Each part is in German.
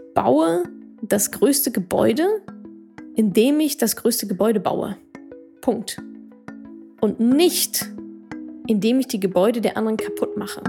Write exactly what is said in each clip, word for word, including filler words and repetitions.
baue das größte Gebäude, indem ich das größte Gebäude baue. Punkt. Und nicht, indem ich die Gebäude der anderen kaputt mache.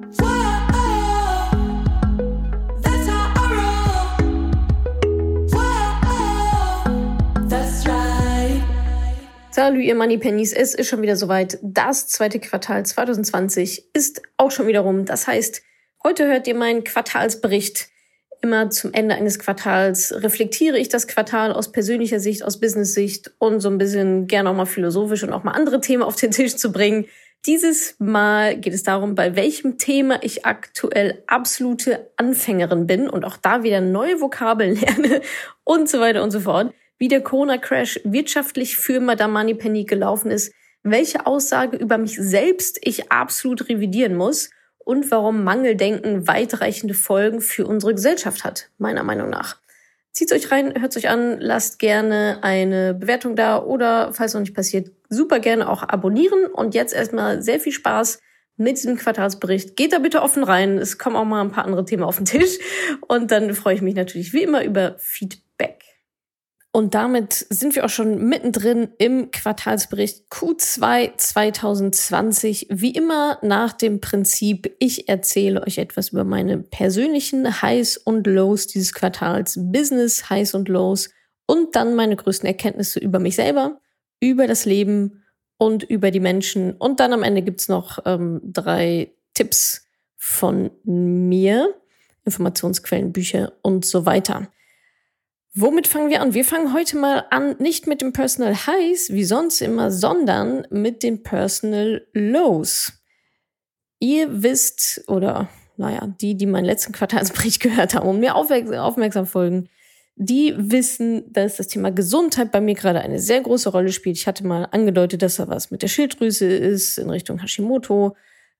Salut ihr Moneypennies, es ist schon wieder soweit. Das zweite Quartal zwanzig zwanzig ist auch schon wieder rum. Das heißt, heute hört ihr meinen Quartalsbericht. Immer zum Ende eines Quartals reflektiere ich das Quartal aus persönlicher Sicht, aus Business-Sicht und so ein bisschen gerne auch mal philosophisch und auch mal andere Themen auf den Tisch zu bringen. Dieses Mal geht es darum, bei welchem Thema ich aktuell absolute Anfängerin bin und auch da wieder neue Vokabeln lerne und so weiter und so fort. Wie der Corona-Crash wirtschaftlich für Madame Moneypenny gelaufen ist, welche Aussage über mich selbst ich absolut revidieren muss und warum Mangeldenken weitreichende Folgen für unsere Gesellschaft hat, meiner Meinung nach. Zieht's euch rein, hört's euch an, lasst gerne eine Bewertung da oder, falls noch nicht passiert, super gerne auch abonnieren. Und jetzt erstmal sehr viel Spaß mit diesem Quartalsbericht. Geht da bitte offen rein, es kommen auch mal ein paar andere Themen auf den Tisch und dann freue ich mich natürlich wie immer über Feedback. Und damit sind wir auch schon mittendrin im Quartalsbericht Q zwei zwanzig zwanzig. Wie immer nach dem Prinzip, ich erzähle euch etwas über meine persönlichen Highs und Lows dieses Quartals, Business Highs und Lows und dann meine größten Erkenntnisse über mich selber, über das Leben und über die Menschen. Und dann am Ende gibt's noch ähm, drei Tipps von mir, Informationsquellen, Bücher und so weiter. Womit fangen wir an? Wir fangen heute mal an, nicht mit dem Personal Highs, wie sonst immer, sondern mit den Personal Lows. Ihr wisst, oder naja, die, die meinen letzten Quartalsbericht gehört haben und mir aufmerksam folgen, die wissen, dass das Thema Gesundheit bei mir gerade eine sehr große Rolle spielt. Ich hatte mal angedeutet, dass da was mit der Schilddrüse ist, in Richtung Hashimoto.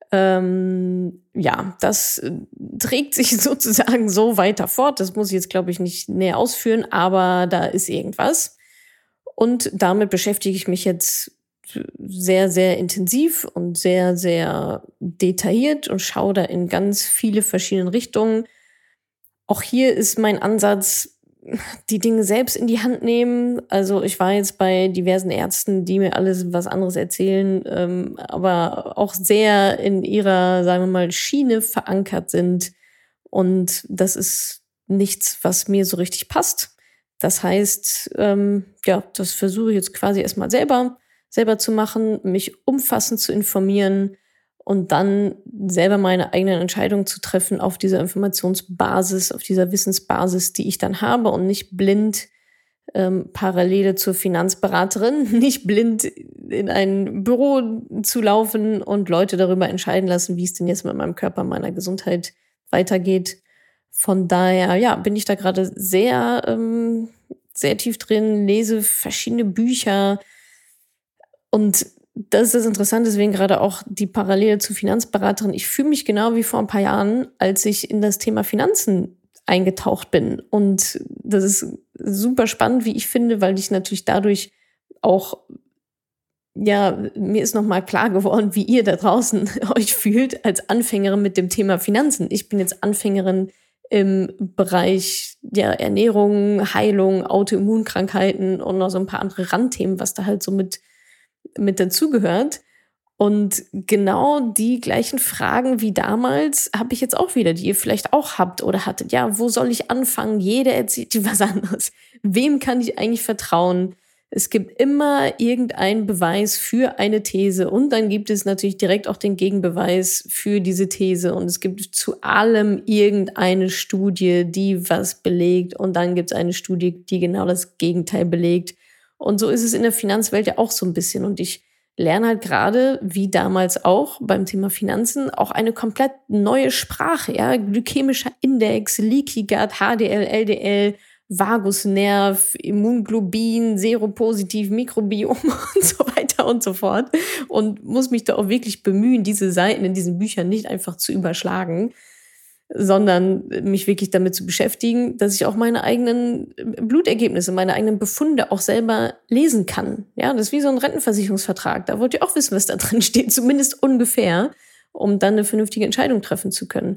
Ähm, ja, das äh, trägt sich sozusagen so weiter fort. Das muss ich jetzt, glaube ich, nicht näher ausführen, aber da ist irgendwas. Und damit beschäftige ich mich jetzt sehr, sehr intensiv und sehr, sehr detailliert und schaue da in ganz viele verschiedene Richtungen. Auch hier ist mein Ansatz, die Dinge selbst in die Hand nehmen. Also ich war jetzt bei diversen Ärzten, die mir alles was anderes erzählen, ähm, aber auch sehr in ihrer, sagen wir mal, Schiene verankert sind. Und das ist nichts, was mir so richtig passt. Das heißt, ähm, ja, das versuche ich jetzt quasi erstmal selber, selber zu machen, mich umfassend zu informieren und dann selber meine eigenen Entscheidungen zu treffen auf dieser Informationsbasis, auf dieser Wissensbasis, die ich dann habe und nicht blind ähm, Parallele zur Finanzberaterin, nicht blind in ein Büro zu laufen und Leute darüber entscheiden lassen, wie es denn jetzt mit meinem Körper, meiner Gesundheit weitergeht. Von daher, ja, bin ich da gerade sehr, ähm, sehr tief drin, lese verschiedene Bücher und das ist das Interessante, deswegen gerade auch die Parallele zu Finanzberaterin. Ich fühle mich genau wie vor ein paar Jahren, als ich in das Thema Finanzen eingetaucht bin. Und das ist super spannend, wie ich finde, weil ich natürlich dadurch auch, ja, mir ist nochmal klar geworden, wie ihr da draußen euch fühlt als Anfängerin mit dem Thema Finanzen. Ich bin jetzt Anfängerin im Bereich ja, Ernährung, Heilung, Autoimmunkrankheiten und noch so ein paar andere Randthemen, was da halt so mit mit dazugehört. Und genau die gleichen Fragen wie damals habe ich jetzt auch wieder, die ihr vielleicht auch habt oder hattet. Ja, wo soll ich anfangen? Jeder erzählt dir was anderes. Wem kann ich eigentlich vertrauen? Es gibt immer irgendeinen Beweis für eine These und dann gibt es natürlich direkt auch den Gegenbeweis für diese These und es gibt zu allem irgendeine Studie, die was belegt und dann gibt es eine Studie, die genau das Gegenteil belegt. Und so ist es in der Finanzwelt ja auch so ein bisschen. Und ich lerne halt gerade, wie damals auch beim Thema Finanzen, auch eine komplett neue Sprache. Ja, glykämischer Index, Leaky Gut, H D L, L D L, Vagusnerv, Immunglobin, Seropositiv, Mikrobiom und so weiter und so fort. Und muss mich da auch wirklich bemühen, diese Seiten in diesen Büchern nicht einfach zu überschlagen, sondern mich wirklich damit zu beschäftigen, dass ich auch meine eigenen Blutergebnisse, meine eigenen Befunde auch selber lesen kann. Ja, das ist wie so ein Rentenversicherungsvertrag. Da wollt ihr auch wissen, was da drin steht, zumindest ungefähr, um dann eine vernünftige Entscheidung treffen zu können.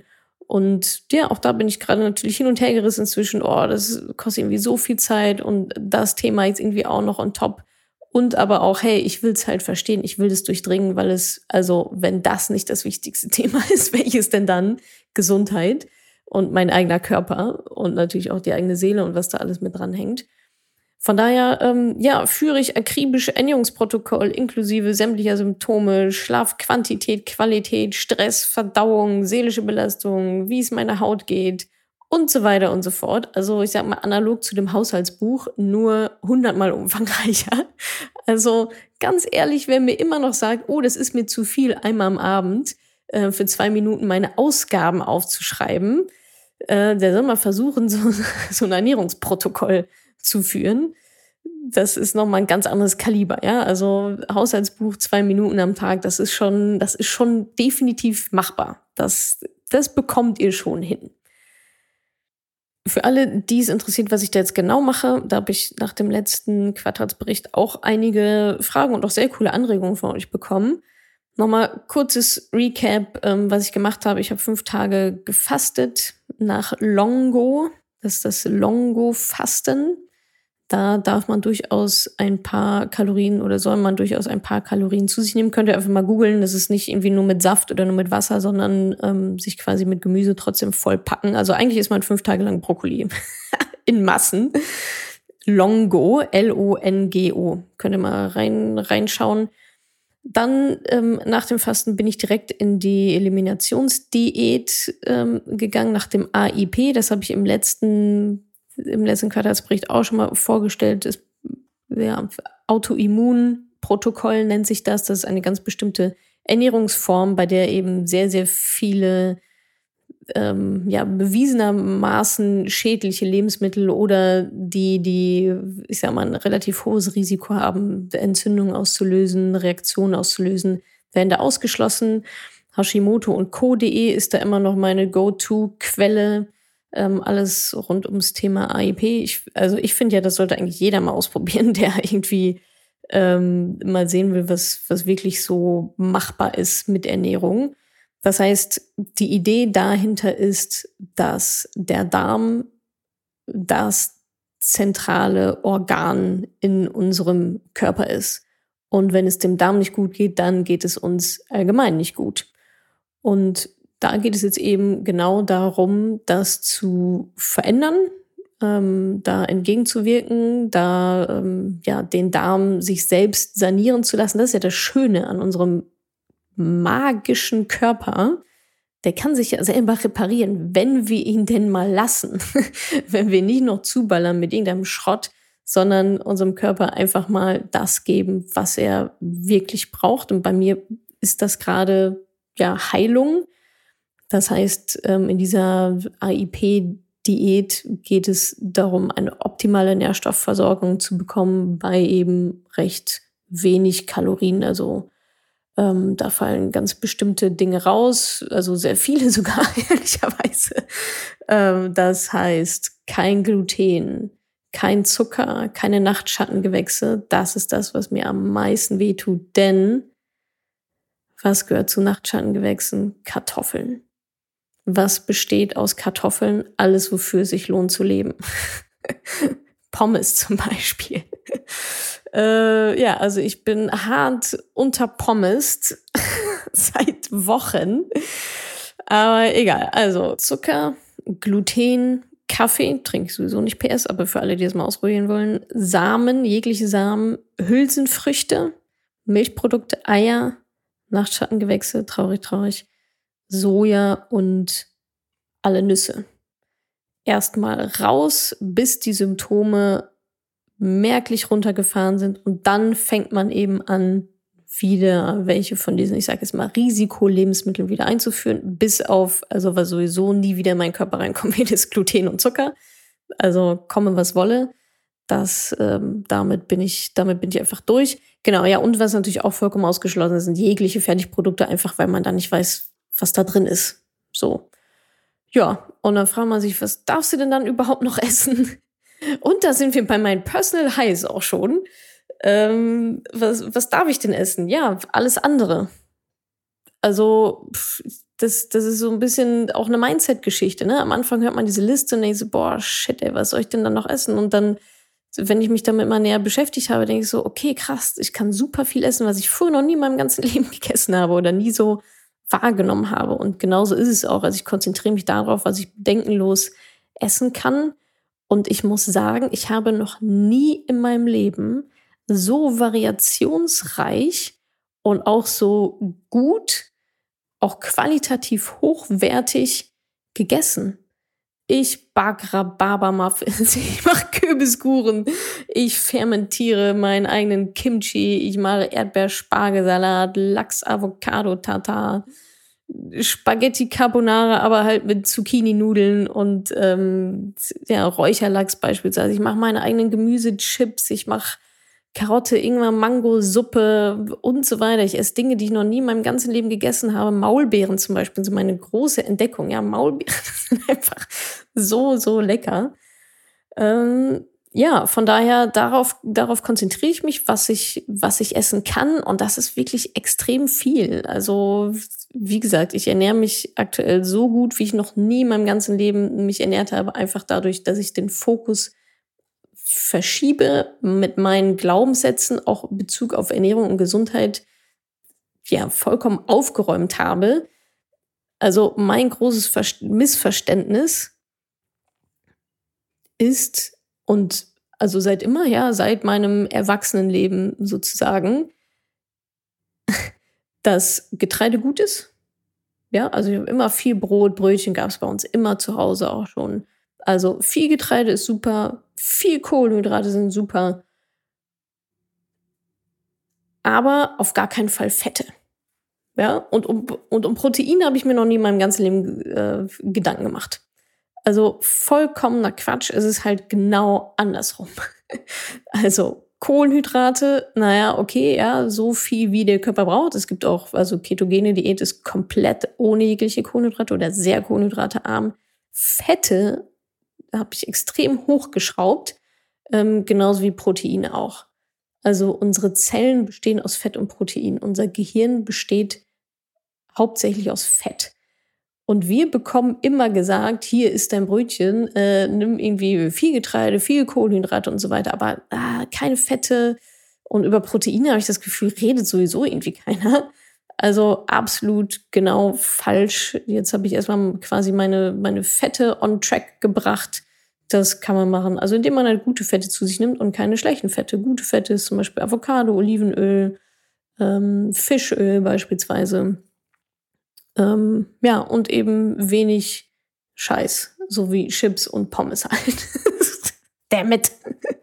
Und ja, auch da bin ich gerade natürlich hin und her gerissen zwischen, oh, das kostet irgendwie so viel Zeit und das Thema jetzt irgendwie auch noch on top. Und aber auch, hey, ich will es halt verstehen, ich will das durchdringen, weil es, also wenn das nicht das wichtigste Thema ist, welches denn dann? Gesundheit und mein eigener Körper und natürlich auch die eigene Seele und was da alles mit dran hängt. Von daher, ähm, ja, führe ich akribisch Ernährungsprotokoll inklusive sämtlicher Symptome, Schlafquantität, Qualität, Stress, Verdauung, seelische Belastung, wie es meiner Haut geht und so weiter und so fort. Also ich sag mal analog zu dem Haushaltsbuch, nur hundertmal umfangreicher. Also ganz ehrlich, wer mir immer noch sagt, oh, das ist mir zu viel, einmal am Abend äh, für zwei Minuten meine Ausgaben aufzuschreiben, äh, der soll mal versuchen, so, so ein Ernährungsprotokoll zu führen. Das ist nochmal ein ganz anderes Kaliber, ja. Also Haushaltsbuch, zwei Minuten am Tag, das ist schon, das ist schon definitiv machbar. Das, das bekommt ihr schon hin. Für alle, die es interessiert, was ich da jetzt genau mache, da habe ich nach dem letzten Quartalsbericht auch einige Fragen und auch sehr coole Anregungen von euch bekommen. Nochmal kurzes Recap, ähm, was ich gemacht habe. Ich habe fünf Tage gefastet nach Longo. Das ist das Longo-Fasten. Da darf man durchaus ein paar Kalorien oder soll man durchaus ein paar Kalorien zu sich nehmen. Könnt ihr einfach mal googeln. Das ist nicht irgendwie nur mit Saft oder nur mit Wasser, sondern ähm, sich quasi mit Gemüse trotzdem vollpacken. Also eigentlich ist man fünf Tage lang Brokkoli in Massen. Longo, L O N G O. Könnt ihr mal rein reinschauen. Dann ähm, nach dem Fasten bin ich direkt in die Eliminationsdiät ähm, gegangen, nach dem A I P. Das habe ich im letzten im letzten Quartalsbericht auch schon mal vorgestellt. Das, ja, Autoimmunprotokoll nennt sich das. Das ist eine ganz bestimmte Ernährungsform, bei der eben sehr, sehr viele ähm, ja, bewiesenermaßen schädliche Lebensmittel oder die, die, ich sag mal, ein relativ hohes Risiko haben, Entzündungen auszulösen, Reaktionen auszulösen, werden da ausgeschlossen. Hashimoto und Co punkt de ist da immer noch meine Go-To-Quelle. Ähm, alles rund ums Thema A I P. Ich, also ich finde ja, das sollte eigentlich jeder mal ausprobieren, der irgendwie ähm, mal sehen will, was, was wirklich so machbar ist mit Ernährung. Das heißt, die Idee dahinter ist, dass der Darm das zentrale Organ in unserem Körper ist. Und wenn es dem Darm nicht gut geht, dann geht es uns allgemein nicht gut. Und da geht es jetzt eben genau darum, das zu verändern, ähm, da entgegenzuwirken, da ähm, ja den Darm sich selbst sanieren zu lassen. Das ist ja das Schöne an unserem magischen Körper. Der kann sich ja selber reparieren, wenn wir ihn denn mal lassen. Wenn wir nicht noch zuballern mit irgendeinem Schrott, sondern unserem Körper einfach mal das geben, was er wirklich braucht. Und bei mir ist das gerade ja Heilung. Das heißt, in dieser A I P-Diät geht es darum, eine optimale Nährstoffversorgung zu bekommen bei eben recht wenig Kalorien. Also ähm, da fallen ganz bestimmte Dinge raus, also sehr viele sogar, ehrlicherweise. Ähm, das heißt, kein Gluten, kein Zucker, keine Nachtschattengewächse. Das ist das, was mir am meisten wehtut. Denn was gehört zu Nachtschattengewächsen? Kartoffeln. Was besteht aus Kartoffeln? Alles, wofür es sich lohnt zu leben. Pommes zum Beispiel. äh, ja, also ich bin hart unterpommest seit Wochen. Aber egal, also Zucker, Gluten, Kaffee, trinke ich sowieso nicht P S, aber für alle, die es mal ausprobieren wollen, Samen, jegliche Samen, Hülsenfrüchte, Milchprodukte, Eier, Nachtschattengewächse, traurig, traurig, Soja und alle Nüsse. Erstmal raus, bis die Symptome merklich runtergefahren sind und dann fängt man eben an, wieder welche von diesen, ich sage jetzt mal, Risikolebensmitteln wieder einzuführen, bis auf, also was sowieso nie wieder in meinen Körper reinkommen wird, ist Gluten und Zucker. Also komme, was wolle. Das, ähm, damit bin ich, damit bin ich einfach durch. Genau, ja, und was natürlich auch vollkommen ausgeschlossen ist, sind jegliche Fertigprodukte, einfach weil man da nicht weiß, was da drin ist. So. Ja, und dann fragt man sich, was darfst du denn dann überhaupt noch essen? Und da sind wir bei meinen Personal Highs auch schon. Ähm, was, was darf ich denn essen? Ja, alles andere. Also, pff, das, das ist so ein bisschen auch eine Mindset-Geschichte, ne? Am Anfang hört man diese Liste und denkt so, boah, shit, ey, was soll ich denn dann noch essen? Und dann, wenn ich mich damit mal näher beschäftigt habe, denke ich so, okay, krass, ich kann super viel essen, was ich früher noch nie in meinem ganzen Leben gegessen habe oder nie so wahrgenommen habe. Und genauso ist es auch. Also ich konzentriere mich darauf, was ich bedenkenlos essen kann. Und ich muss sagen, ich habe noch nie in meinem Leben so variationsreich und auch so gut, auch qualitativ hochwertig gegessen. Ich back Rhabarber-Muffins, ich mache Kürbiskuchen, ich fermentiere meinen eigenen Kimchi, ich mache Erdbeerspargelsalat, Lachs-Avocado-Tatar, Spaghetti Carbonara, aber halt mit Zucchini-Nudeln und ähm, ja, Räucherlachs beispielsweise. Ich mache meine eigenen Gemüsechips, ich mache Karotte, Ingwer, Mango, Suppe und so weiter. Ich esse Dinge, die ich noch nie in meinem ganzen Leben gegessen habe. Maulbeeren zum Beispiel sind meine große Entdeckung. Ja, Maulbeeren sind einfach so, so lecker. Ähm, ja, von daher, darauf, darauf konzentriere ich mich, was ich, was ich essen kann. Und das ist wirklich extrem viel. Also, wie gesagt, ich ernähre mich aktuell so gut, wie ich noch nie in meinem ganzen Leben mich ernährt habe. Einfach dadurch, dass ich den Fokus verschiebe, mit meinen Glaubenssätzen auch in Bezug auf Ernährung und Gesundheit ja vollkommen aufgeräumt habe. Also mein großes Ver- Missverständnis ist, und also seit immer, ja, seit meinem Erwachsenenleben sozusagen, dass Getreide gut ist. Ja, also ich habe immer viel Brot, Brötchen gab es bei uns immer zu Hause auch schon. Also viel Getreide ist super, viel Kohlenhydrate sind super, aber auf gar keinen Fall Fette. Ja, und um, und um Protein habe ich mir noch nie in meinem ganzen Leben äh, Gedanken gemacht. Also vollkommener Quatsch, es ist halt genau andersrum. Also Kohlenhydrate, naja, okay, ja, so viel wie der Körper braucht. Es gibt auch, also ketogene Diät ist komplett ohne jegliche Kohlenhydrate oder sehr kohlenhydratearm. Fette habe ich extrem hochgeschraubt, ähm, genauso wie Proteine auch. Also unsere Zellen bestehen aus Fett und Protein. Unser Gehirn besteht hauptsächlich aus Fett. Und wir bekommen immer gesagt, hier ist dein Brötchen, äh, nimm irgendwie viel Getreide, viel Kohlenhydrate und so weiter, aber ah, keine Fette. Und über Proteine habe ich das Gefühl, redet sowieso irgendwie keiner. Also absolut genau falsch. Jetzt habe ich erstmal quasi meine, meine Fette on track gebracht. Das kann man machen. Also indem man halt gute Fette zu sich nimmt und keine schlechten Fette. Gute Fette ist zum Beispiel Avocado, Olivenöl, ähm, Fischöl beispielsweise. Ähm, ja, und eben wenig Scheiß, so wie Chips und Pommes halt. Damn it.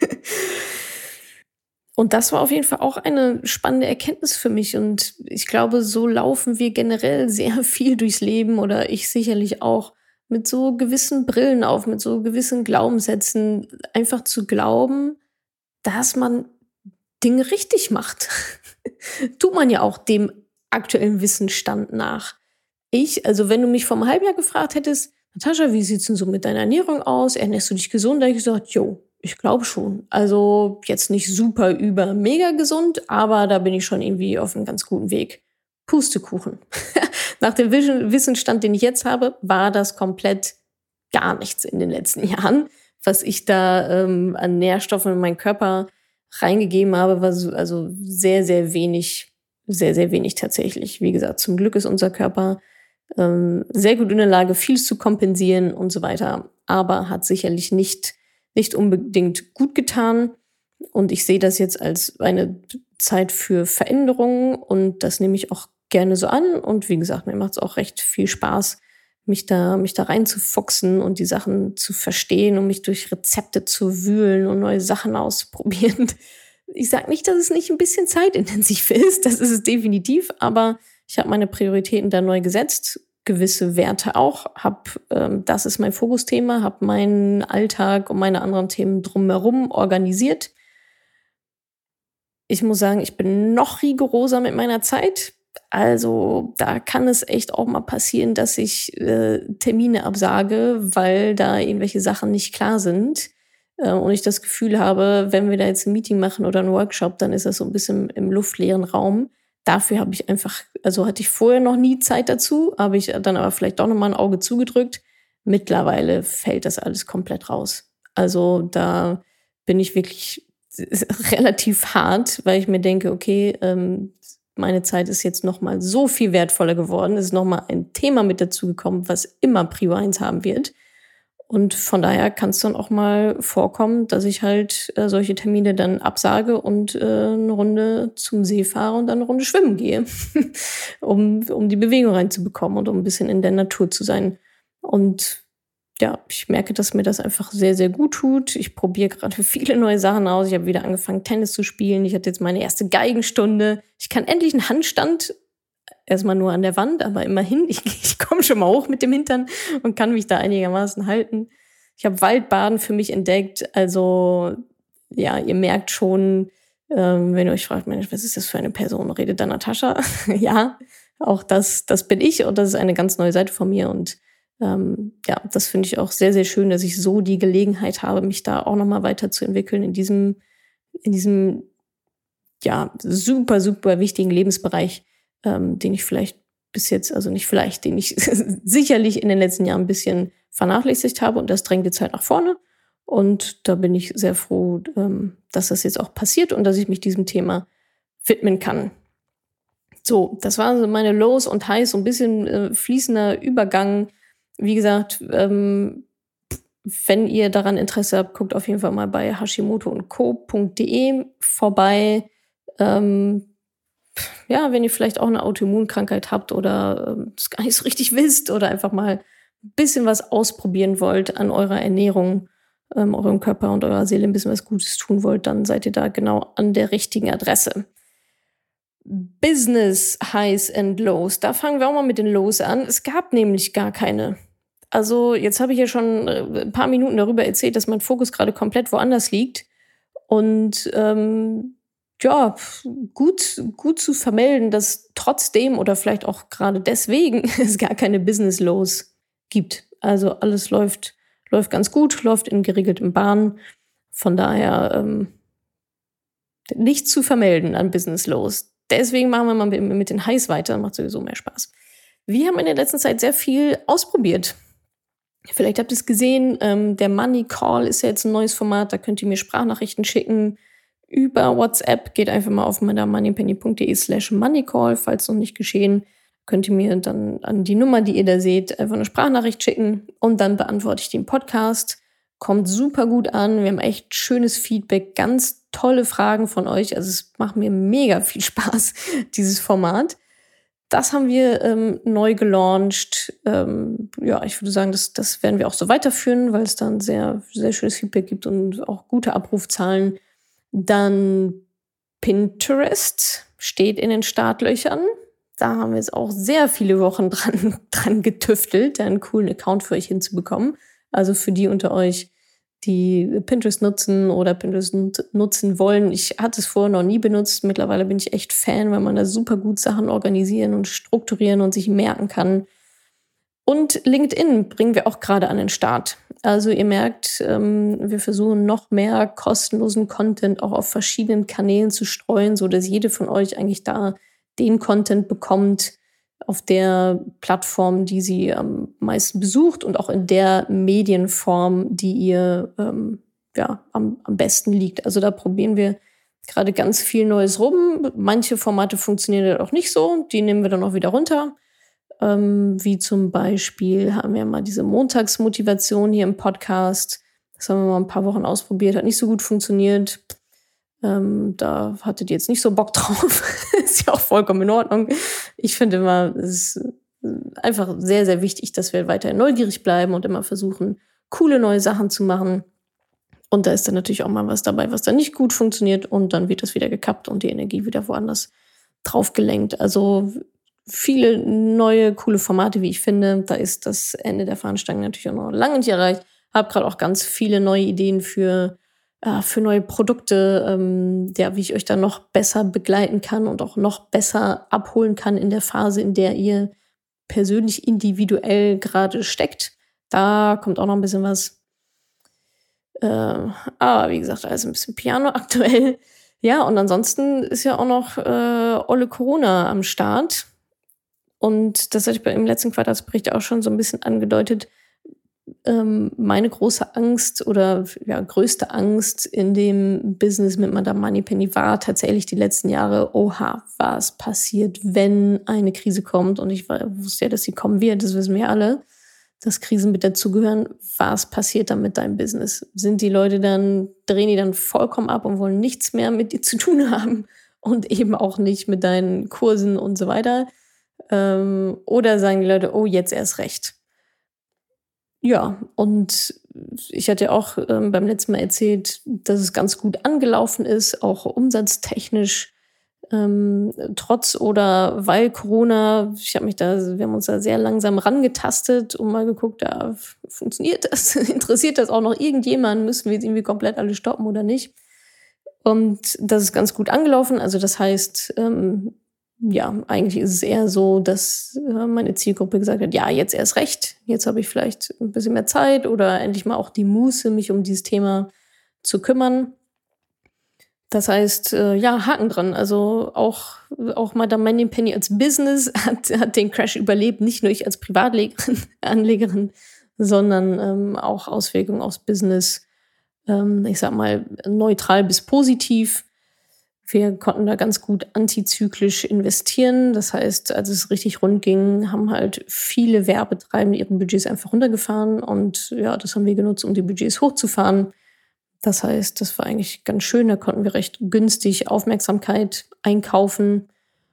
Und das war auf jeden Fall auch eine spannende Erkenntnis für mich. Und ich glaube, so laufen wir generell sehr viel durchs Leben oder ich sicherlich auch mit so gewissen Brillen auf, mit so gewissen Glaubenssätzen, einfach zu glauben, dass man Dinge richtig macht. Tut man ja auch dem aktuellen Wissensstand nach. Ich, also wenn du mich vor einem halben Jahr gefragt hättest, Natascha, wie sieht's denn so mit deiner Ernährung aus? Ernährst du dich gesund? Da hätte ich gesagt, jo, ich glaube schon. Also jetzt nicht super über mega gesund, aber da bin ich schon irgendwie auf einem ganz guten Weg. Pustekuchen. Nach dem Wissensstand, den ich jetzt habe, war das komplett gar nichts in den letzten Jahren, was ich da ähm, an Nährstoffen in meinen Körper reingegeben habe, war so, also sehr, sehr wenig, sehr, sehr wenig tatsächlich. Wie gesagt, zum Glück ist unser Körper ähm, sehr gut in der Lage, vieles zu kompensieren und so weiter, aber hat sicherlich nicht, nicht unbedingt gut getan. Und ich sehe das jetzt als eine Zeit für Veränderungen und das nehme ich auch gerne so an. Und wie gesagt, mir macht es auch recht viel Spaß, mich da, mich da reinzufuchsen und die Sachen zu verstehen und mich durch Rezepte zu wühlen und neue Sachen auszuprobieren. Ich sage nicht, dass es nicht ein bisschen zeitintensiv ist, das ist es definitiv, aber ich habe meine Prioritäten da neu gesetzt, gewisse Werte auch, hab, ähm, das ist mein Fokusthema, habe meinen Alltag und meine anderen Themen drumherum organisiert. Ich muss sagen, ich bin noch rigoroser mit meiner Zeit. Also da kann es echt auch mal passieren, dass ich äh, Termine absage, weil da irgendwelche Sachen nicht klar sind. Äh, und ich das Gefühl habe, wenn wir da jetzt ein Meeting machen oder einen Workshop, dann ist das so ein bisschen im luftleeren Raum. dafür habe ich einfach, also hatte ich vorher noch nie Zeit dazu, habe ich dann aber vielleicht doch nochmal ein Auge zugedrückt. Mittlerweile fällt das alles komplett raus. Also da bin ich wirklich relativ hart, weil ich mir denke, okay, ähm, meine Zeit ist jetzt nochmal so viel wertvoller geworden. Es ist nochmal ein Thema mit dazugekommen, was immer Prio eins haben wird. Und von daher kann es dann auch mal vorkommen, dass ich halt äh, solche Termine dann absage und äh, eine Runde zum See fahre und dann eine Runde schwimmen gehe, um, um die Bewegung reinzubekommen und um ein bisschen in der Natur zu sein. Und ja, ich merke, dass mir das einfach sehr, sehr gut tut. Ich probiere gerade viele neue Sachen aus. Ich habe wieder angefangen, Tennis zu spielen. Ich hatte jetzt meine erste Geigenstunde. Ich kann endlich einen Handstand. Erstmal nur an der Wand, aber immerhin, ich, ich komme schon mal hoch mit dem Hintern und kann mich da einigermaßen halten. Ich habe Waldbaden für mich entdeckt. Also ja, ihr merkt schon, ähm, wenn ihr euch fragt, Mensch, was ist das für eine Person? Redet da Natascha? Ja, auch das, das bin ich und das ist eine ganz neue Seite von mir. Und ähm, ja, das finde ich auch sehr, sehr schön, dass ich so die Gelegenheit habe, mich da auch nochmal weiterzuentwickeln in diesem, in diesem ja, super, super wichtigen Lebensbereich, ähm, den ich vielleicht bis jetzt, also nicht vielleicht, den ich sicherlich in den letzten Jahren ein bisschen vernachlässigt habe und das drängt jetzt halt nach vorne. Und da bin ich sehr froh, ähm, dass das jetzt auch passiert und dass ich mich diesem Thema widmen kann. So, das waren so meine Lows und Highs, so ein bisschen äh, fließender Übergang. Wie gesagt, ähm, wenn ihr daran Interesse habt, guckt auf jeden Fall mal bei hashimoto und co punkt de vorbei. Ähm, ja, wenn ihr vielleicht auch eine Autoimmunkrankheit habt oder ähm, das gar nicht so richtig wisst oder einfach mal ein bisschen was ausprobieren wollt an eurer Ernährung, ähm, eurem Körper und eurer Seele ein bisschen was Gutes tun wollt, dann seid ihr da genau an der richtigen Adresse. Business Highs and Lows. Da fangen wir auch mal mit den Lows an. Es gab nämlich gar keine. Also jetzt habe ich ja schon ein paar Minuten darüber erzählt, dass mein Fokus gerade komplett woanders liegt. Und ähm, ja, gut, gut zu vermelden, dass trotzdem oder vielleicht auch gerade deswegen es gar keine Business Lows gibt. Also alles läuft, läuft ganz gut, läuft in geregelten Bahnen. Von daher ähm, nichts zu vermelden an Business Lows. Deswegen machen wir mal mit den Highs weiter, macht sowieso mehr Spaß. Wir haben in der letzten Zeit sehr viel ausprobiert. Vielleicht habt ihr es gesehen, ähm, der Money Call ist ja jetzt ein neues Format, da könnt ihr mir Sprachnachrichten schicken über WhatsApp. Geht einfach mal auf moneypenny punkt de slash moneycall, falls noch nicht geschehen. Könnt ihr mir dann an die Nummer, die ihr da seht, einfach eine Sprachnachricht schicken und dann beantworte ich den Podcast. Kommt super gut an, wir haben echt schönes Feedback, ganz tolle Fragen von euch. Also es macht mir mega viel Spaß, dieses Format. Das haben wir ähm, neu gelauncht. Ähm, ja, ich würde sagen, das, das werden wir auch so weiterführen, weil es dann sehr, sehr schönes Feedback gibt und auch gute Abrufzahlen. Dann Pinterest steht in den Startlöchern. Da haben wir jetzt auch sehr viele Wochen dran, dran getüftelt, einen coolen Account für euch hinzubekommen. Also für die unter euch, die Pinterest nutzen oder Pinterest nutzen wollen. Ich hatte es vorher noch nie benutzt. Mittlerweile bin ich echt Fan, weil man da super gut Sachen organisieren und strukturieren und sich merken kann. Und LinkedIn bringen wir auch gerade an den Start. Also ihr merkt, ähm, wir versuchen noch mehr kostenlosen Content auch auf verschiedenen Kanälen zu streuen, so dass jede von euch eigentlich da den Content bekommt auf der Plattform, die sie am meisten besucht und auch in der Medienform, die ihr ähm, ja, am, am besten liegt. Also da probieren wir gerade ganz viel Neues rum. Manche Formate funktionieren auch nicht so, die nehmen wir dann auch wieder runter. Ähm, wie zum Beispiel haben wir mal diese Montagsmotivation hier im Podcast. Das haben wir mal ein paar Wochen ausprobiert, hat nicht so gut funktioniert. Ähm, da hattet ihr jetzt nicht so Bock drauf. Ist ja auch vollkommen in Ordnung. Ich finde immer, es ist einfach sehr, sehr wichtig, dass wir weiterhin neugierig bleiben und immer versuchen, coole neue Sachen zu machen. Und da ist dann natürlich auch mal was dabei, was dann nicht gut funktioniert und dann wird das wieder gekappt und die Energie wieder woanders drauf gelenkt. Also viele neue, coole Formate, wie ich finde. Da ist das Ende der Fahnenstange natürlich auch noch lange nicht erreicht. Habe gerade auch ganz viele neue Ideen für äh, für neue Produkte, ähm, ja, wie ich euch da noch besser begleiten kann und auch noch besser abholen kann in der Phase, in der ihr persönlich individuell gerade steckt. Da kommt auch noch ein bisschen was. Äh, aber wie gesagt, alles ein bisschen Piano aktuell. Ja, und ansonsten ist ja auch noch äh, Olle Corona am Start. Und das hatte ich im letzten Quartalsbericht auch schon so ein bisschen angedeutet. Ähm, meine große Angst oder ja, größte Angst in dem Business mit Madame Moneypenny war tatsächlich die letzten Jahre, oha, was passiert, wenn eine Krise kommt? Und ich war, wusste ja, dass sie kommen wird, das wissen wir alle, dass Krisen mit dazugehören. Was passiert dann mit deinem Business? Sind die Leute dann, drehen die dann vollkommen ab und wollen nichts mehr mit dir zu tun haben und eben auch nicht mit deinen Kursen und so weiter? Ähm, oder sagen die Leute, oh, jetzt erst recht. Ja, und ich hatte ja auch ähm, beim letzten Mal erzählt, dass es ganz gut angelaufen ist, auch umsatztechnisch, ähm, trotz oder weil Corona. Ich habe mich da, wir haben uns da sehr langsam rangetastet und mal geguckt, da funktioniert das, interessiert das auch noch irgendjemanden, müssen wir jetzt irgendwie komplett alle stoppen oder nicht? Und das ist ganz gut angelaufen. Also das heißt, ähm, ja, eigentlich ist es eher so, dass äh, meine Zielgruppe gesagt hat, ja, jetzt erst recht, jetzt habe ich vielleicht ein bisschen mehr Zeit oder endlich mal auch die Muße, mich um dieses Thema zu kümmern. Das heißt, äh, ja, Haken dran. Also auch, auch Madame Moneypenny als Business hat, hat den Crash überlebt, nicht nur ich als Privatanlegerin, Anlegerin, sondern ähm, auch Auswirkungen aufs Business, ähm, ich sag mal, neutral bis positiv. Wir konnten da ganz gut antizyklisch investieren. Das heißt, als es richtig rund ging, haben halt viele Werbetreibende ihre Budgets einfach runtergefahren. Und ja, das haben wir genutzt, um die Budgets hochzufahren. Das heißt, das war eigentlich ganz schön. Da konnten wir recht günstig Aufmerksamkeit einkaufen.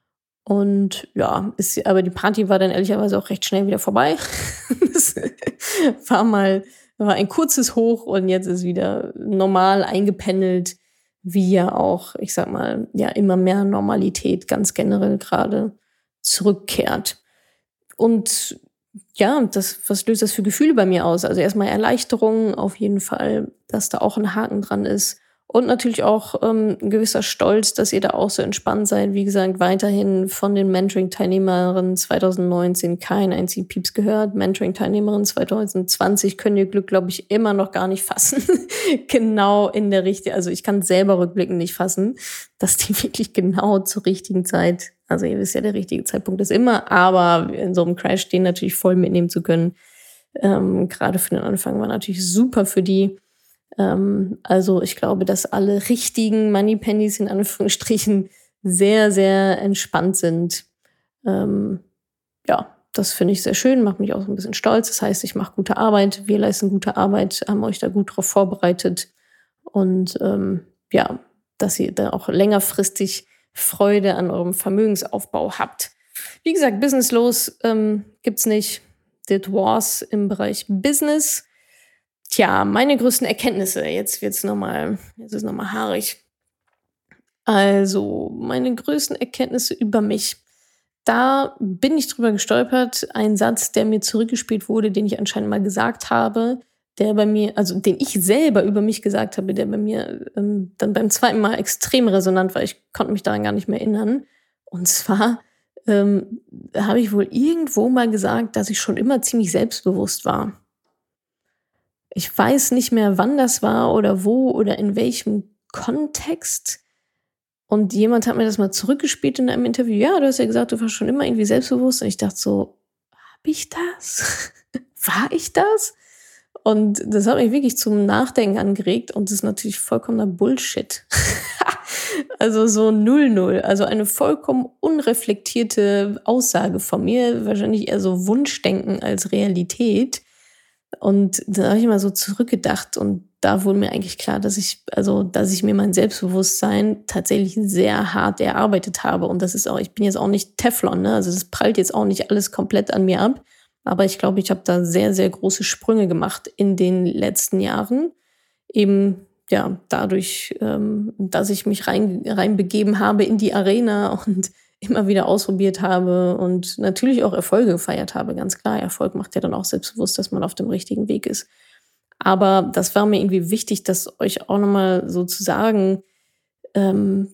Und ja, ist, aber die Party war dann ehrlicherweise auch recht schnell wieder vorbei. Das war mal, war ein kurzes Hoch und jetzt ist wieder normal eingependelt, wie ja auch, ich sag mal, ja, immer mehr Normalität ganz generell gerade zurückkehrt. Und ja, das, was löst das für Gefühle bei mir aus? Also erstmal Erleichterung auf jeden Fall, dass da auch ein Haken dran ist. Und natürlich auch ähm, ein gewisser Stolz, dass ihr da auch so entspannt seid. Wie gesagt, weiterhin von den Mentoring-Teilnehmerinnen zwanzig neunzehn kein einzigen Pieps gehört. Mentoring-Teilnehmerinnen zwanzig zwanzig können ihr Glück, glaube ich, immer noch gar nicht fassen. Genau in der richtigen, also ich kann selber rückblickend nicht fassen, dass die wirklich genau zur richtigen Zeit, also ihr wisst ja, der richtige Zeitpunkt ist immer, aber in so einem Crash den natürlich voll mitnehmen zu können, ähm, gerade für den Anfang war natürlich super für die. Ähm, also ich glaube, dass alle richtigen Moneypennies in Anführungsstrichen sehr, sehr entspannt sind. Ähm, ja, das finde ich sehr schön, macht mich auch so ein bisschen stolz. Das heißt, ich mache gute Arbeit, wir leisten gute Arbeit, haben euch da gut drauf vorbereitet. Und ähm, ja, dass ihr da auch längerfristig Freude an eurem Vermögensaufbau habt. Wie gesagt, Business los ähm, gibt's nicht. That was im Bereich Business. Tja, meine größten Erkenntnisse. Jetzt wird's nochmal, jetzt ist nochmal haarig. Also, meine größten Erkenntnisse über mich. Da bin ich drüber gestolpert. Ein Satz, der mir zurückgespielt wurde, den ich anscheinend mal gesagt habe, der bei mir, also den ich selber über mich gesagt habe, der bei mir ähm, dann beim zweiten Mal extrem resonant war. Ich konnte mich daran gar nicht mehr erinnern. Und zwar ähm, habe ich wohl irgendwo mal gesagt, dass ich schon immer ziemlich selbstbewusst war. Ich weiß nicht mehr, wann das war oder wo oder in welchem Kontext. Und jemand hat mir das mal zurückgespielt in einem Interview. Ja, du hast ja gesagt, du warst schon immer irgendwie selbstbewusst. Und ich dachte so, hab ich das? War ich das? Und das hat mich wirklich zum Nachdenken angeregt. Und das ist natürlich vollkommener Bullshit. Also so null null. Also eine vollkommen unreflektierte Aussage von mir. Wahrscheinlich eher so Wunschdenken als Realität. Und da habe ich mal so zurückgedacht und da wurde mir eigentlich klar, dass ich, also, dass ich mir mein Selbstbewusstsein tatsächlich sehr hart erarbeitet habe. Und das ist auch, ich bin jetzt auch nicht Teflon, ne? Also das prallt jetzt auch nicht alles komplett an mir ab. Aber ich glaube, ich habe da sehr, sehr große Sprünge gemacht in den letzten Jahren. Eben, ja, dadurch, ähm, dass ich mich rein, reinbegeben habe in die Arena und immer wieder ausprobiert habe und natürlich auch Erfolge gefeiert habe, ganz klar. Erfolg macht ja dann auch selbstbewusst, dass man auf dem richtigen Weg ist. Aber das war mir irgendwie wichtig, das euch auch nochmal so zu sagen. Ähm,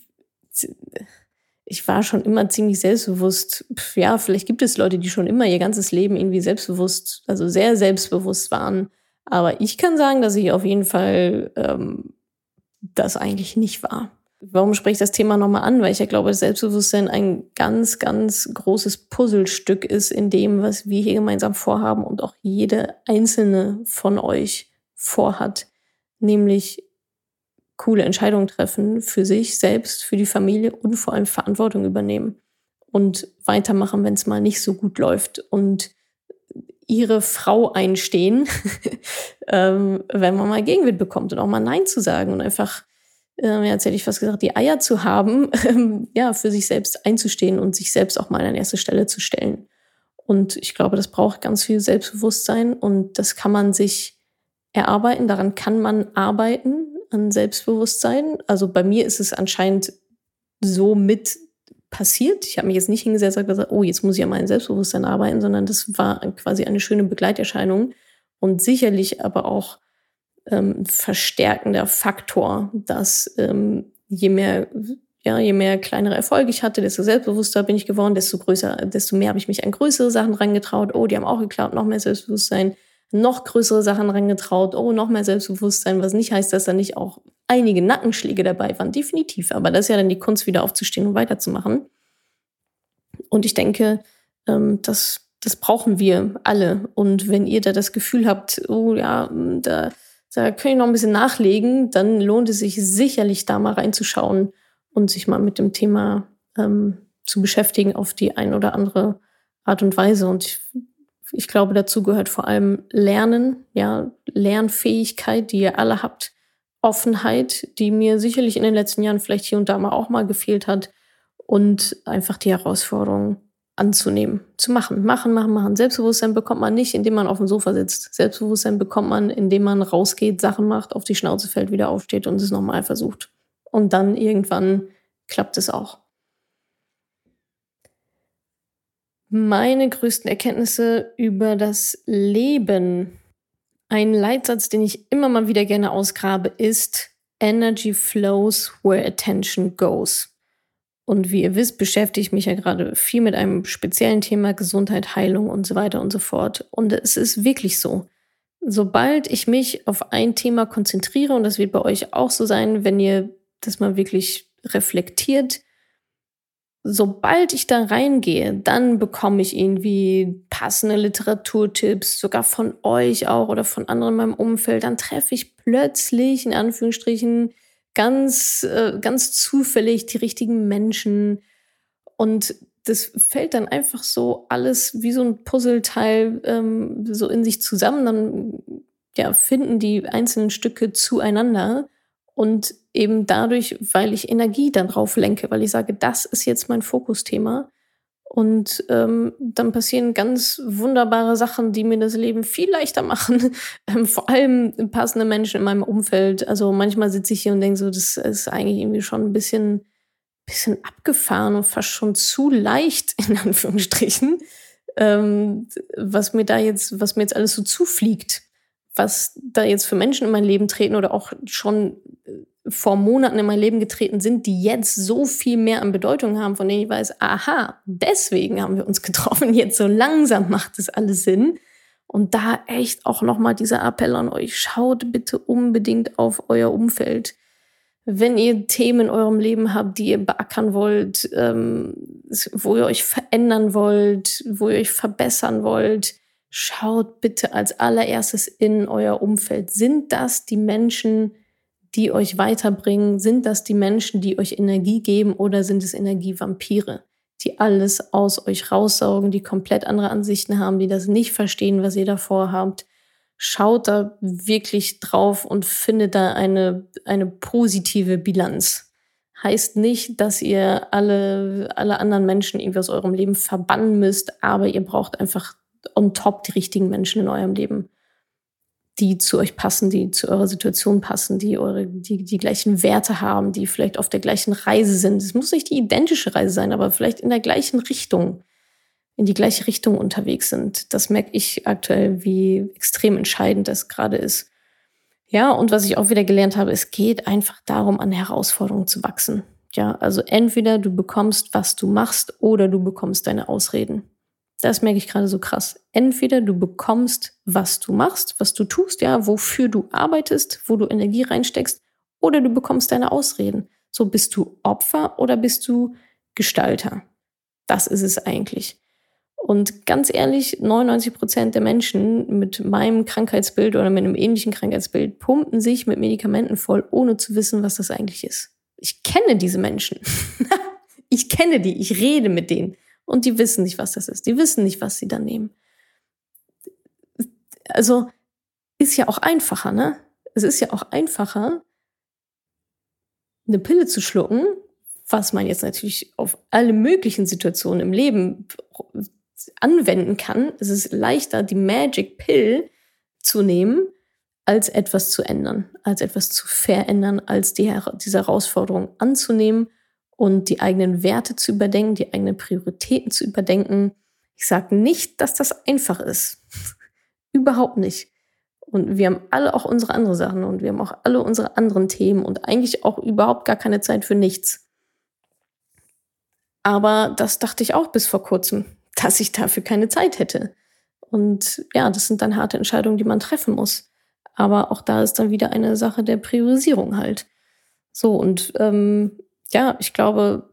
ich war schon immer ziemlich selbstbewusst. Ja, vielleicht gibt es Leute, die schon immer ihr ganzes Leben irgendwie selbstbewusst, also sehr selbstbewusst waren. Aber ich kann sagen, dass ich auf jeden Fall ähm, das eigentlich nicht war. Warum spreche ich das Thema nochmal an? Weil ich ja glaube, dass Selbstbewusstsein ein ganz, ganz großes Puzzlestück ist in dem, was wir hier gemeinsam vorhaben und auch jede einzelne von euch vorhat. Nämlich coole Entscheidungen treffen für sich selbst, für die Familie und vor allem Verantwortung übernehmen und weitermachen, wenn es mal nicht so gut läuft und ihre Frau einstehen, ähm, wenn man mal Gegenwind bekommt und auch mal Nein zu sagen und einfach, äh, jetzt hätte ich fast gesagt, die Eier zu haben, ähm, ja, für sich selbst einzustehen und sich selbst auch mal an erste Stelle zu stellen. Und ich glaube, das braucht ganz viel Selbstbewusstsein und das kann man sich erarbeiten, daran kann man arbeiten, an Selbstbewusstsein. Also bei mir ist es anscheinend so mit passiert. Ich habe mich jetzt nicht hingesetzt und gesagt, oh, jetzt muss ich an meinem Selbstbewusstsein arbeiten, sondern das war quasi eine schöne Begleiterscheinung und sicherlich aber auch ähm, ein verstärkender Faktor, dass ähm, je mehr, ja, je mehr kleinere Erfolge ich hatte, desto selbstbewusster bin ich geworden, desto größer, desto mehr habe ich mich an größere Sachen rangetraut. Oh, die haben auch geklappt, noch mehr Selbstbewusstsein, noch größere Sachen rangetraut. Oh, noch mehr Selbstbewusstsein, was nicht heißt, dass da nicht auch einige Nackenschläge dabei waren, definitiv. Aber das ist ja dann die Kunst, wieder aufzustehen und weiterzumachen. Und ich denke, ähm, das, das brauchen wir alle. Und wenn ihr da das Gefühl habt, oh ja, da, da kann ich noch ein bisschen nachlegen, dann lohnt es sich sicherlich, da mal reinzuschauen und sich mal mit dem Thema ähm, zu beschäftigen auf die ein oder andere Art und Weise. Und ich, ich glaube, dazu gehört vor allem Lernen, ja, Lernfähigkeit, die ihr alle habt, Offenheit, die mir sicherlich in den letzten Jahren vielleicht hier und da mal auch mal gefehlt hat und einfach die Herausforderung anzunehmen, zu machen, machen, machen, machen. Selbstbewusstsein bekommt man nicht, indem man auf dem Sofa sitzt. Selbstbewusstsein bekommt man, indem man rausgeht, Sachen macht, auf die Schnauze fällt, wieder aufsteht und es nochmal versucht. Und dann irgendwann klappt es auch. Meine größten Erkenntnisse über das Leben. Ein Leitsatz, den ich immer mal wieder gerne ausgrabe, ist Energy flows where attention goes. Und wie ihr wisst, beschäftige ich mich ja gerade viel mit einem speziellen Thema Gesundheit, Heilung und so weiter und so fort. Und es ist wirklich so. Sobald ich mich auf ein Thema konzentriere, und das wird bei euch auch so sein, wenn ihr das mal wirklich reflektiert, sobald ich da reingehe, dann bekomme ich irgendwie passende Literaturtipps, sogar von euch auch oder von anderen in meinem Umfeld. Dann treffe ich plötzlich, in Anführungsstrichen, ganz, äh, ganz zufällig die richtigen Menschen. Und das fällt dann einfach so alles wie so ein Puzzleteil ähm, so in sich zusammen. Dann ja, finden die einzelnen Stücke zueinander. Und eben dadurch, weil ich Energie dann drauf lenke, weil ich sage, das ist jetzt mein Fokusthema. Und ähm, dann passieren ganz wunderbare Sachen, die mir das Leben viel leichter machen. Ähm, vor allem passende Menschen in meinem Umfeld. Also manchmal sitze ich hier und denke so, das ist eigentlich irgendwie schon ein bisschen, bisschen abgefahren und fast schon zu leicht, in Anführungsstrichen, ähm, was mir da jetzt, was mir jetzt alles so zufliegt. Was da jetzt für Menschen in mein Leben treten oder auch schon vor Monaten in mein Leben getreten sind, die jetzt so viel mehr an Bedeutung haben, von denen ich weiß, aha, deswegen haben wir uns getroffen, jetzt so langsam macht es alles Sinn. Und da echt auch nochmal dieser Appell an euch, schaut bitte unbedingt auf euer Umfeld. Wenn ihr Themen in eurem Leben habt, die ihr beackern wollt, ähm, wo ihr euch verändern wollt, wo ihr euch verbessern wollt, schaut bitte als allererstes in euer Umfeld. Sind das die Menschen, die euch weiterbringen? Sind das die Menschen, die euch Energie geben, oder sind es Energievampire, die alles aus euch raussaugen, die komplett andere Ansichten haben, die das nicht verstehen, was ihr davor habt? Schaut da wirklich drauf und findet da eine, eine positive Bilanz. Heißt nicht, dass ihr alle, alle anderen Menschen irgendwie aus eurem Leben verbannen müsst, aber ihr braucht einfach on top die richtigen Menschen in eurem Leben, die zu euch passen, die zu eurer Situation passen, die eure, die, die gleichen Werte haben, die vielleicht auf der gleichen Reise sind. Es muss nicht die identische Reise sein, aber vielleicht in der gleichen Richtung, in die gleiche Richtung unterwegs sind. Das merke ich aktuell, wie extrem entscheidend das gerade ist. Ja, und was ich auch wieder gelernt habe, es geht einfach darum, an Herausforderungen zu wachsen. Ja, also entweder du bekommst, was du machst, oder du bekommst deine Ausreden. Das merke ich gerade so krass. Entweder du bekommst, was du machst, was du tust, ja, wofür du arbeitest, wo du Energie reinsteckst, oder du bekommst deine Ausreden. So, bist du Opfer oder bist du Gestalter? Das ist es eigentlich. Und ganz ehrlich, neunundneunzig Prozent der Menschen mit meinem Krankheitsbild oder mit einem ähnlichen Krankheitsbild pumpen sich mit Medikamenten voll, ohne zu wissen, was das eigentlich ist. Ich kenne diese Menschen. Ich kenne die, ich rede mit denen. Und die wissen nicht, was das ist. Die wissen nicht, was sie dann nehmen. Also ist ja auch einfacher, ne? Es ist ja auch einfacher, eine Pille zu schlucken, was man jetzt natürlich auf alle möglichen Situationen im Leben anwenden kann. Es ist leichter, die Magic Pill zu nehmen, als etwas zu ändern, als etwas zu verändern, als die, diese Herausforderung anzunehmen und die eigenen Werte zu überdenken, die eigenen Prioritäten zu überdenken. Ich sage nicht, dass das einfach ist. Überhaupt nicht. Und wir haben alle auch unsere anderen Sachen und wir haben auch alle unsere anderen Themen und eigentlich auch überhaupt gar keine Zeit für nichts. Aber das dachte ich auch bis vor kurzem, dass ich dafür keine Zeit hätte. Und ja, das sind dann harte Entscheidungen, die man treffen muss. Aber auch da ist dann wieder eine Sache der Priorisierung halt. So, und ähm, ja, ich glaube,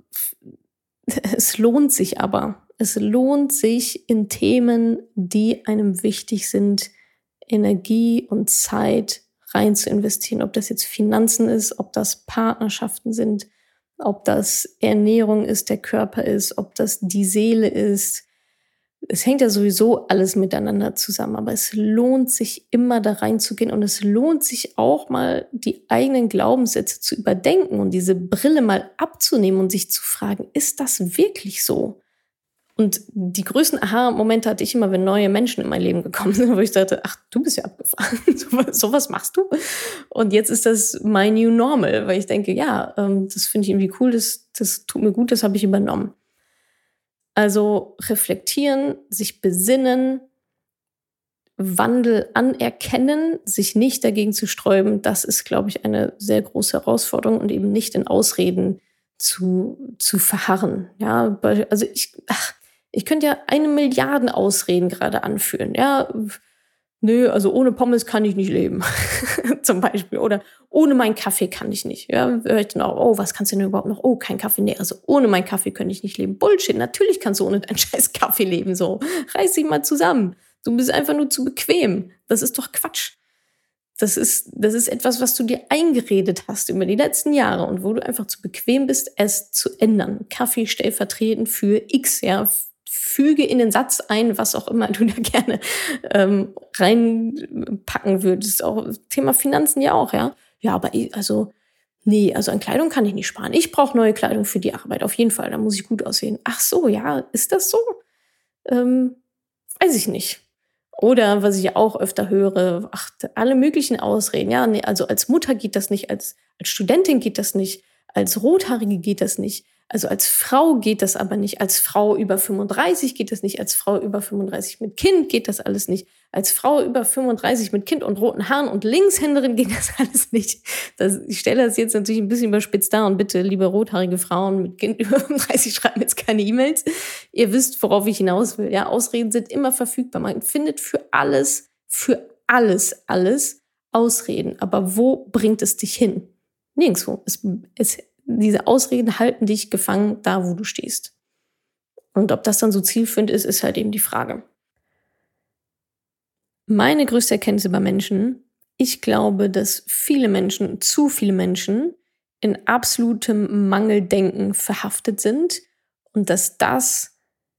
es lohnt sich aber. Es lohnt sich in Themen, die einem wichtig sind, Energie und Zeit rein zu investieren. Ob das jetzt Finanzen ist, ob das Partnerschaften sind, ob das Ernährung ist, der Körper ist, ob das die Seele ist. Es hängt ja sowieso alles miteinander zusammen, aber es lohnt sich immer da reinzugehen und es lohnt sich auch mal die eigenen Glaubenssätze zu überdenken und diese Brille mal abzunehmen und sich zu fragen, ist das wirklich so? Und die größten Aha-Momente hatte ich immer, wenn neue Menschen in mein Leben gekommen sind, wo ich dachte, ach, du bist ja abgefahren, so was machst du? Und jetzt ist das my new normal, weil ich denke, ja, das finde ich irgendwie cool, das, das tut mir gut, das habe ich übernommen. Also reflektieren, sich besinnen, Wandel anerkennen, sich nicht dagegen zu sträuben, das ist, glaube ich, eine sehr große Herausforderung und eben nicht in Ausreden zu, zu verharren. Ja, also ich, ach, ich könnte ja eine Milliarde Ausreden gerade anführen. Ja, nö, also ohne Pommes kann ich nicht leben, zum Beispiel. Oder ohne meinen Kaffee kann ich nicht. Ja, höre ich dann auch, oh, was kannst du denn überhaupt noch? Oh, kein Kaffee. Nee, also ohne meinen Kaffee könnte ich nicht leben. Bullshit, natürlich kannst du ohne deinen scheiß Kaffee leben. So, reiß dich mal zusammen. Du bist einfach nur zu bequem. Das ist doch Quatsch. Das ist, das ist etwas, was du dir eingeredet hast über die letzten Jahre und wo du einfach zu bequem bist, es zu ändern. Kaffee stellvertretend für X, ja. Füge in den Satz ein, was auch immer du da gerne ähm, reinpacken würdest. Auch Thema Finanzen ja auch, ja. Ja, aber ich, also, nee, also an Kleidung kann ich nicht sparen. Ich brauche neue Kleidung für die Arbeit, auf jeden Fall. Da muss ich gut aussehen. Ach so, ja, ist das so? Ähm, weiß ich nicht. Oder was ich auch öfter höre, ach, alle möglichen Ausreden. Ja, nee, also als Mutter geht das nicht, als, als Studentin geht das nicht, als Rothaarige geht das nicht. Also als Frau geht das aber nicht, als Frau über fünfunddreißig geht das nicht, als Frau über fünfunddreißig mit Kind geht das alles nicht, als Frau über fünfunddreißig mit Kind und roten Haaren und Linkshänderin geht das alles nicht. Das, ich stelle das jetzt natürlich ein bisschen überspitzt dar und bitte, liebe rothaarige Frauen mit Kind über fünfunddreißig, schreiben jetzt keine E-Mails. Ihr wisst, worauf ich hinaus will. Ja, Ausreden sind immer verfügbar. Man findet für alles, für alles, alles Ausreden. Aber wo bringt es dich hin? Nirgendwo. Es, es Diese Ausreden halten dich gefangen da, wo du stehst. Und ob das dann so zielführend ist, ist halt eben die Frage. Meine größte Erkenntnis über Menschen, ich glaube, dass viele Menschen, zu viele Menschen, in absolutem Mangeldenken verhaftet sind und dass das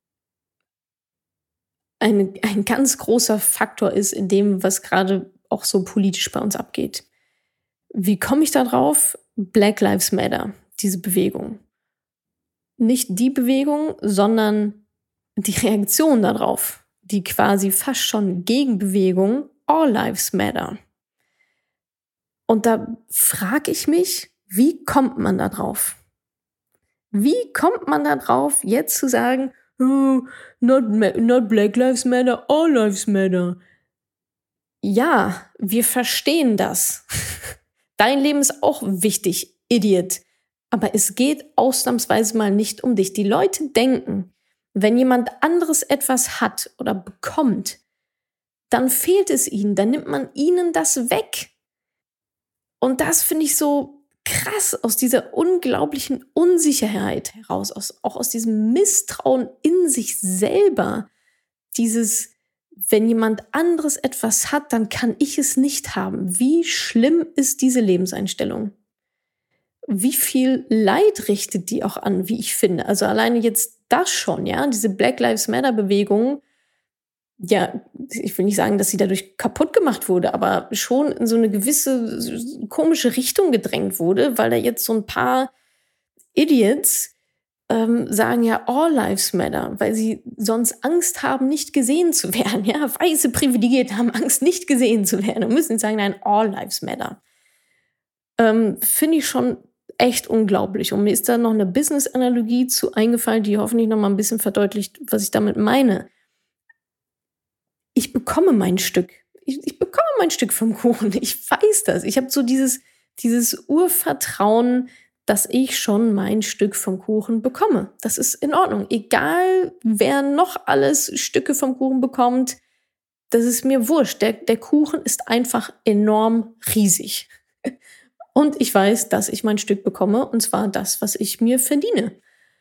ein, ein ganz großer Faktor ist in dem, was gerade auch so politisch bei uns abgeht. Wie komme ich da drauf? Black Lives Matter, diese Bewegung. Nicht die Bewegung, sondern die Reaktion darauf, die quasi fast schon Gegenbewegung All Lives Matter. Und da frage ich mich, wie kommt man da drauf? Wie kommt man da drauf, jetzt zu sagen, oh, not, not Black Lives Matter, All Lives Matter? Ja, wir verstehen das. Dein Leben ist auch wichtig, Idiot. Aber es geht ausnahmsweise mal nicht um dich. Die Leute denken, wenn jemand anderes etwas hat oder bekommt, dann fehlt es ihnen, dann nimmt man ihnen das weg. Und das finde ich so krass aus dieser unglaublichen Unsicherheit heraus, aus, auch aus diesem Misstrauen in sich selber, dieses, wenn jemand anderes etwas hat, dann kann ich es nicht haben. Wie schlimm ist diese Lebenseinstellung? Wie viel Leid richtet die auch an, wie ich finde? Also alleine jetzt das schon, ja, diese Black Lives Matter Bewegung, ja, ich will nicht sagen, dass sie dadurch kaputt gemacht wurde, aber schon in so eine gewisse komische Richtung gedrängt wurde, weil da jetzt so ein paar Idiots ähm, sagen ja All Lives Matter, weil sie sonst Angst haben, nicht gesehen zu werden. Ja, weiße Privilegierte haben Angst, nicht gesehen zu werden und müssen sagen, nein, All Lives Matter. Ähm, finde ich schon echt unglaublich. Und mir ist da noch eine Business-Analogie zu eingefallen, die hoffentlich noch mal ein bisschen verdeutlicht, was ich damit meine. Ich bekomme mein Stück. Ich, ich bekomme mein Stück vom Kuchen. Ich weiß das. Ich habe so dieses, dieses Urvertrauen, dass ich schon mein Stück vom Kuchen bekomme. Das ist in Ordnung. Egal, wer noch alles Stücke vom Kuchen bekommt, das ist mir wurscht. Der, der Kuchen ist einfach enorm riesig. Und ich weiß, dass ich mein Stück bekomme, und zwar das, was ich mir verdiene.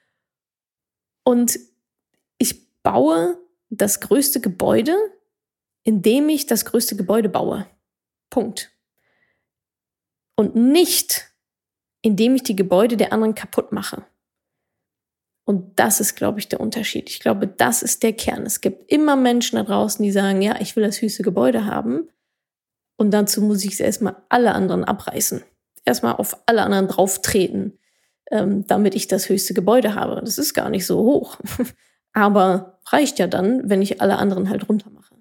Und ich baue das größte Gebäude, indem ich das größte Gebäude baue. Punkt. Und nicht, indem ich die Gebäude der anderen kaputt mache. Und das ist, glaube ich, der Unterschied. Ich glaube, das ist der Kern. Es gibt immer Menschen da draußen, die sagen, ja, ich will das höchste Gebäude haben. Und dazu muss ich erstmal alle anderen abreißen. Erstmal auf alle anderen drauftreten, ähm, damit ich das höchste Gebäude habe. Das ist gar nicht so hoch. Aber reicht ja dann, wenn ich alle anderen halt runter mache.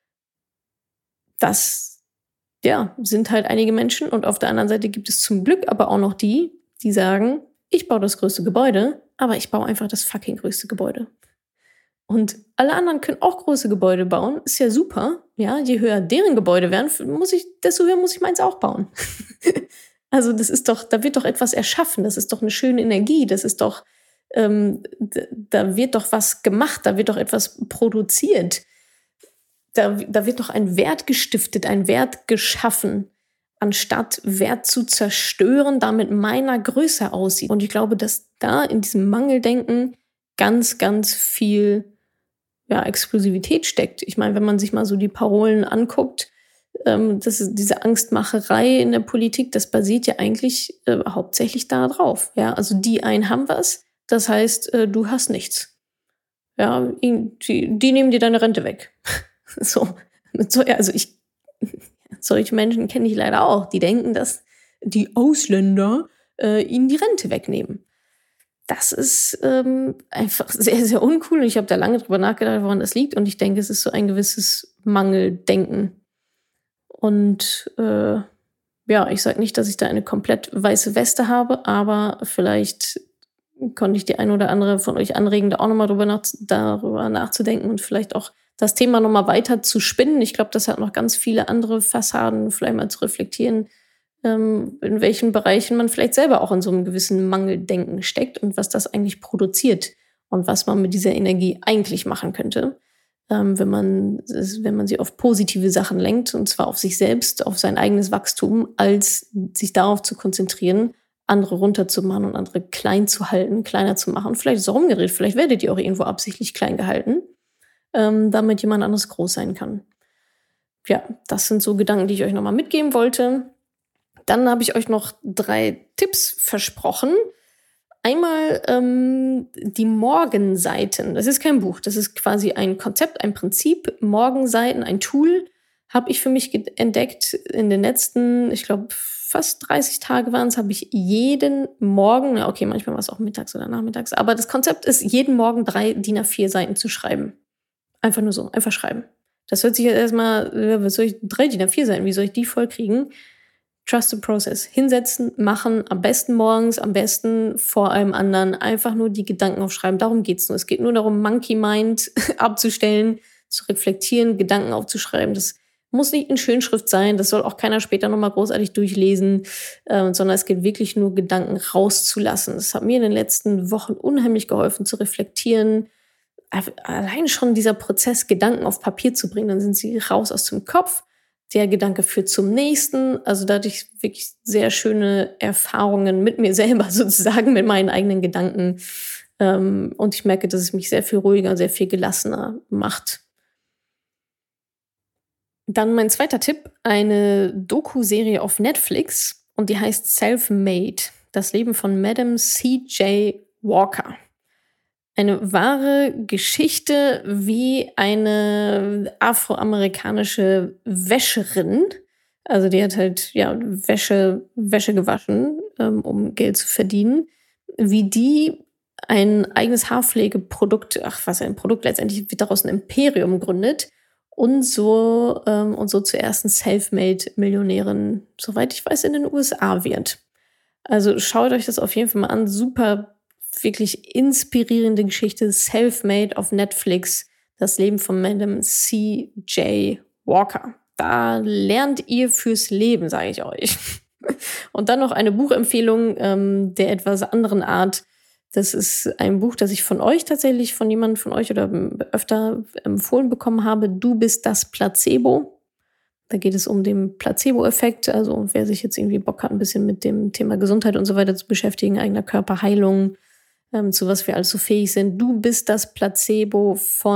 Das, ja, sind halt einige Menschen. Und auf der anderen Seite gibt es zum Glück aber auch noch die, die sagen, ich baue das größte Gebäude, aber ich baue einfach das fucking größte Gebäude. Und alle anderen können auch große Gebäude bauen. Ist ja super. Ja, je höher deren Gebäude werden, muss ich, desto höher muss ich meins auch bauen. Also das ist doch, da wird doch etwas erschaffen. Das ist doch eine schöne Energie. Das ist doch, ähm, da wird doch was gemacht. Da wird doch etwas produziert. Da, da wird doch ein Wert gestiftet, ein Wert geschaffen, anstatt Wert zu zerstören, damit meiner größer aussieht. Und ich glaube, dass da in diesem Mangeldenken ganz, ganz viel ja, Exklusivität steckt. Ich meine, wenn man sich mal so die Parolen anguckt, ähm, das ist diese Angstmacherei in der Politik, das basiert ja eigentlich äh, hauptsächlich darauf. Ja? Also die einen haben was, das heißt, äh, du hast nichts. Ja, die, die nehmen dir deine Rente weg. So, so, also ich, solche Menschen kenne ich leider auch, die denken, dass die Ausländer äh, ihnen die Rente wegnehmen. Das ist ähm, einfach sehr, sehr uncool. Und ich habe da lange drüber nachgedacht, woran das liegt. Und ich denke, es ist so ein gewisses Mangeldenken. Und äh, ja, ich sage nicht, dass ich da eine komplett weiße Weste habe, aber vielleicht konnte ich die eine oder andere von euch anregen, da auch nochmal drüber, nach, darüber nachzudenken und vielleicht auch das Thema nochmal weiter zu spinnen. Ich glaube, das hat noch ganz viele andere Fassaden, vielleicht mal zu reflektieren, ähm, in welchen Bereichen man vielleicht selber auch in so einem gewissen Mangeldenken steckt und was das eigentlich produziert und was man mit dieser Energie eigentlich machen könnte, ähm, wenn man, wenn man sie auf positive Sachen lenkt, und zwar auf sich selbst, auf sein eigenes Wachstum, als sich darauf zu konzentrieren, andere runterzumachen und andere klein zu halten, kleiner zu machen. Vielleicht ist es auch umgedreht, vielleicht werdet ihr auch irgendwo absichtlich klein gehalten, ähm, damit jemand anderes groß sein kann. Ja, das sind so Gedanken, die ich euch nochmal mitgeben wollte. Dann habe ich euch noch drei Tipps versprochen. Einmal ähm, die Morgenseiten. Das ist kein Buch, das ist quasi ein Konzept, ein Prinzip. Morgenseiten, ein Tool, habe ich für mich ge- entdeckt in den letzten, ich glaube, fast dreißig Tage waren es, habe ich jeden Morgen, na okay, manchmal war es auch mittags oder nachmittags, aber das Konzept ist, jeden Morgen drei D I N A vier Seiten zu schreiben. Einfach nur so, einfach schreiben. Das hört sich jetzt erstmal, was soll ich, drei D I N A vier Seiten, wie soll ich die voll kriegen? Trust the process. Hinsetzen, machen, am besten morgens, am besten vor allem anderen, einfach nur die Gedanken aufschreiben. Darum geht's nur. Es geht nur darum, Monkey Mind abzustellen, zu reflektieren, Gedanken aufzuschreiben. Das muss nicht in Schönschrift sein, das soll auch keiner später nochmal großartig durchlesen, äh, sondern es geht wirklich nur, Gedanken rauszulassen. Das hat mir in den letzten Wochen unheimlich geholfen, zu reflektieren. Allein schon dieser Prozess, Gedanken auf Papier zu bringen, dann sind sie raus aus dem Kopf, der Gedanke führt zum nächsten. Also da hatte ich wirklich sehr schöne Erfahrungen mit mir selber sozusagen, mit meinen eigenen Gedanken. Ähm, und ich merke, dass es mich sehr viel ruhiger, sehr viel gelassener macht. Dann mein zweiter Tipp, eine Doku-Serie auf Netflix und die heißt Self-Made, das Leben von Madame C J Walker. Eine wahre Geschichte, wie eine afroamerikanische Wäscherin, also die hat halt ja Wäsche, Wäsche gewaschen, ähm, um Geld zu verdienen, wie die ein eigenes Haarpflegeprodukt, ach was ein Produkt, letztendlich wird daraus ein Imperium gründet und so ähm, und so zur ersten Selfmade-Millionärin, soweit ich weiß, in den U S A wird. Also schaut euch das auf jeden Fall mal an, super wirklich inspirierende Geschichte, Selfmade auf Netflix, das Leben von Madame C J Walker. Da lernt ihr fürs Leben, sage ich euch. Und dann noch eine Buchempfehlung ähm, der etwas anderen Art. Das ist ein Buch, das ich von euch tatsächlich, von jemandem von euch oder öfter empfohlen bekommen habe. Du bist das Placebo. Da geht es um den Placebo-Effekt. Also wer sich jetzt irgendwie Bock hat, ein bisschen mit dem Thema Gesundheit und so weiter zu beschäftigen, eigener Körperheilung, ähm, zu was wir alles so fähig sind. Du bist das Placebo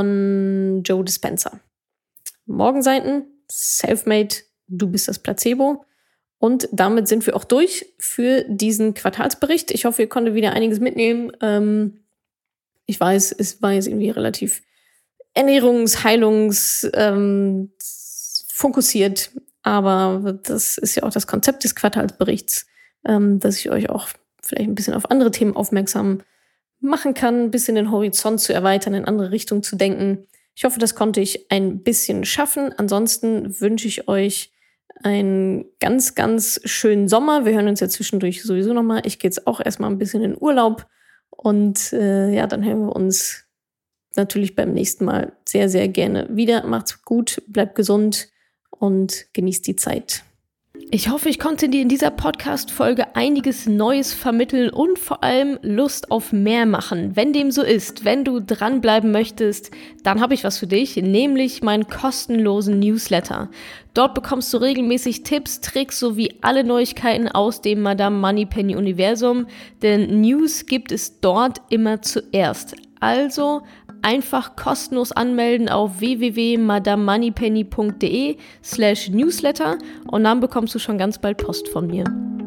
von Joe Dispenza. Morgenseiten, Selfmade, du bist das Placebo. Und damit sind wir auch durch für diesen Quartalsbericht. Ich hoffe, ihr konntet wieder einiges mitnehmen. Ähm, ich weiß, es war jetzt irgendwie relativ ernährungs-, heilungs-, ähm, fokussiert. Aber das ist ja auch das Konzept des Quartalsberichts, ähm, dass ich euch auch vielleicht ein bisschen auf andere Themen aufmerksam machen kann, ein bisschen den Horizont zu erweitern, in andere Richtungen zu denken. Ich hoffe, das konnte ich ein bisschen schaffen. Ansonsten wünsche ich euch einen ganz, ganz schönen Sommer. Wir hören uns ja zwischendurch sowieso nochmal. Ich gehe jetzt auch erstmal ein bisschen in Urlaub. Und äh, ja, dann hören wir uns natürlich beim nächsten Mal sehr, sehr gerne wieder. Macht's gut, bleibt gesund und genießt die Zeit. Ich hoffe, ich konnte dir in dieser Podcast-Folge einiges Neues vermitteln und vor allem Lust auf mehr machen. Wenn dem so ist, wenn du dranbleiben möchtest, dann habe ich was für dich, nämlich meinen kostenlosen Newsletter. Dort bekommst du regelmäßig Tipps, Tricks sowie alle Neuigkeiten aus dem Madame Moneypenny Universum, denn News gibt es dort immer zuerst. Also einfach kostenlos anmelden auf w w w punkt madame moneypenny punkt d e slash newsletter und dann bekommst du schon ganz bald Post von mir.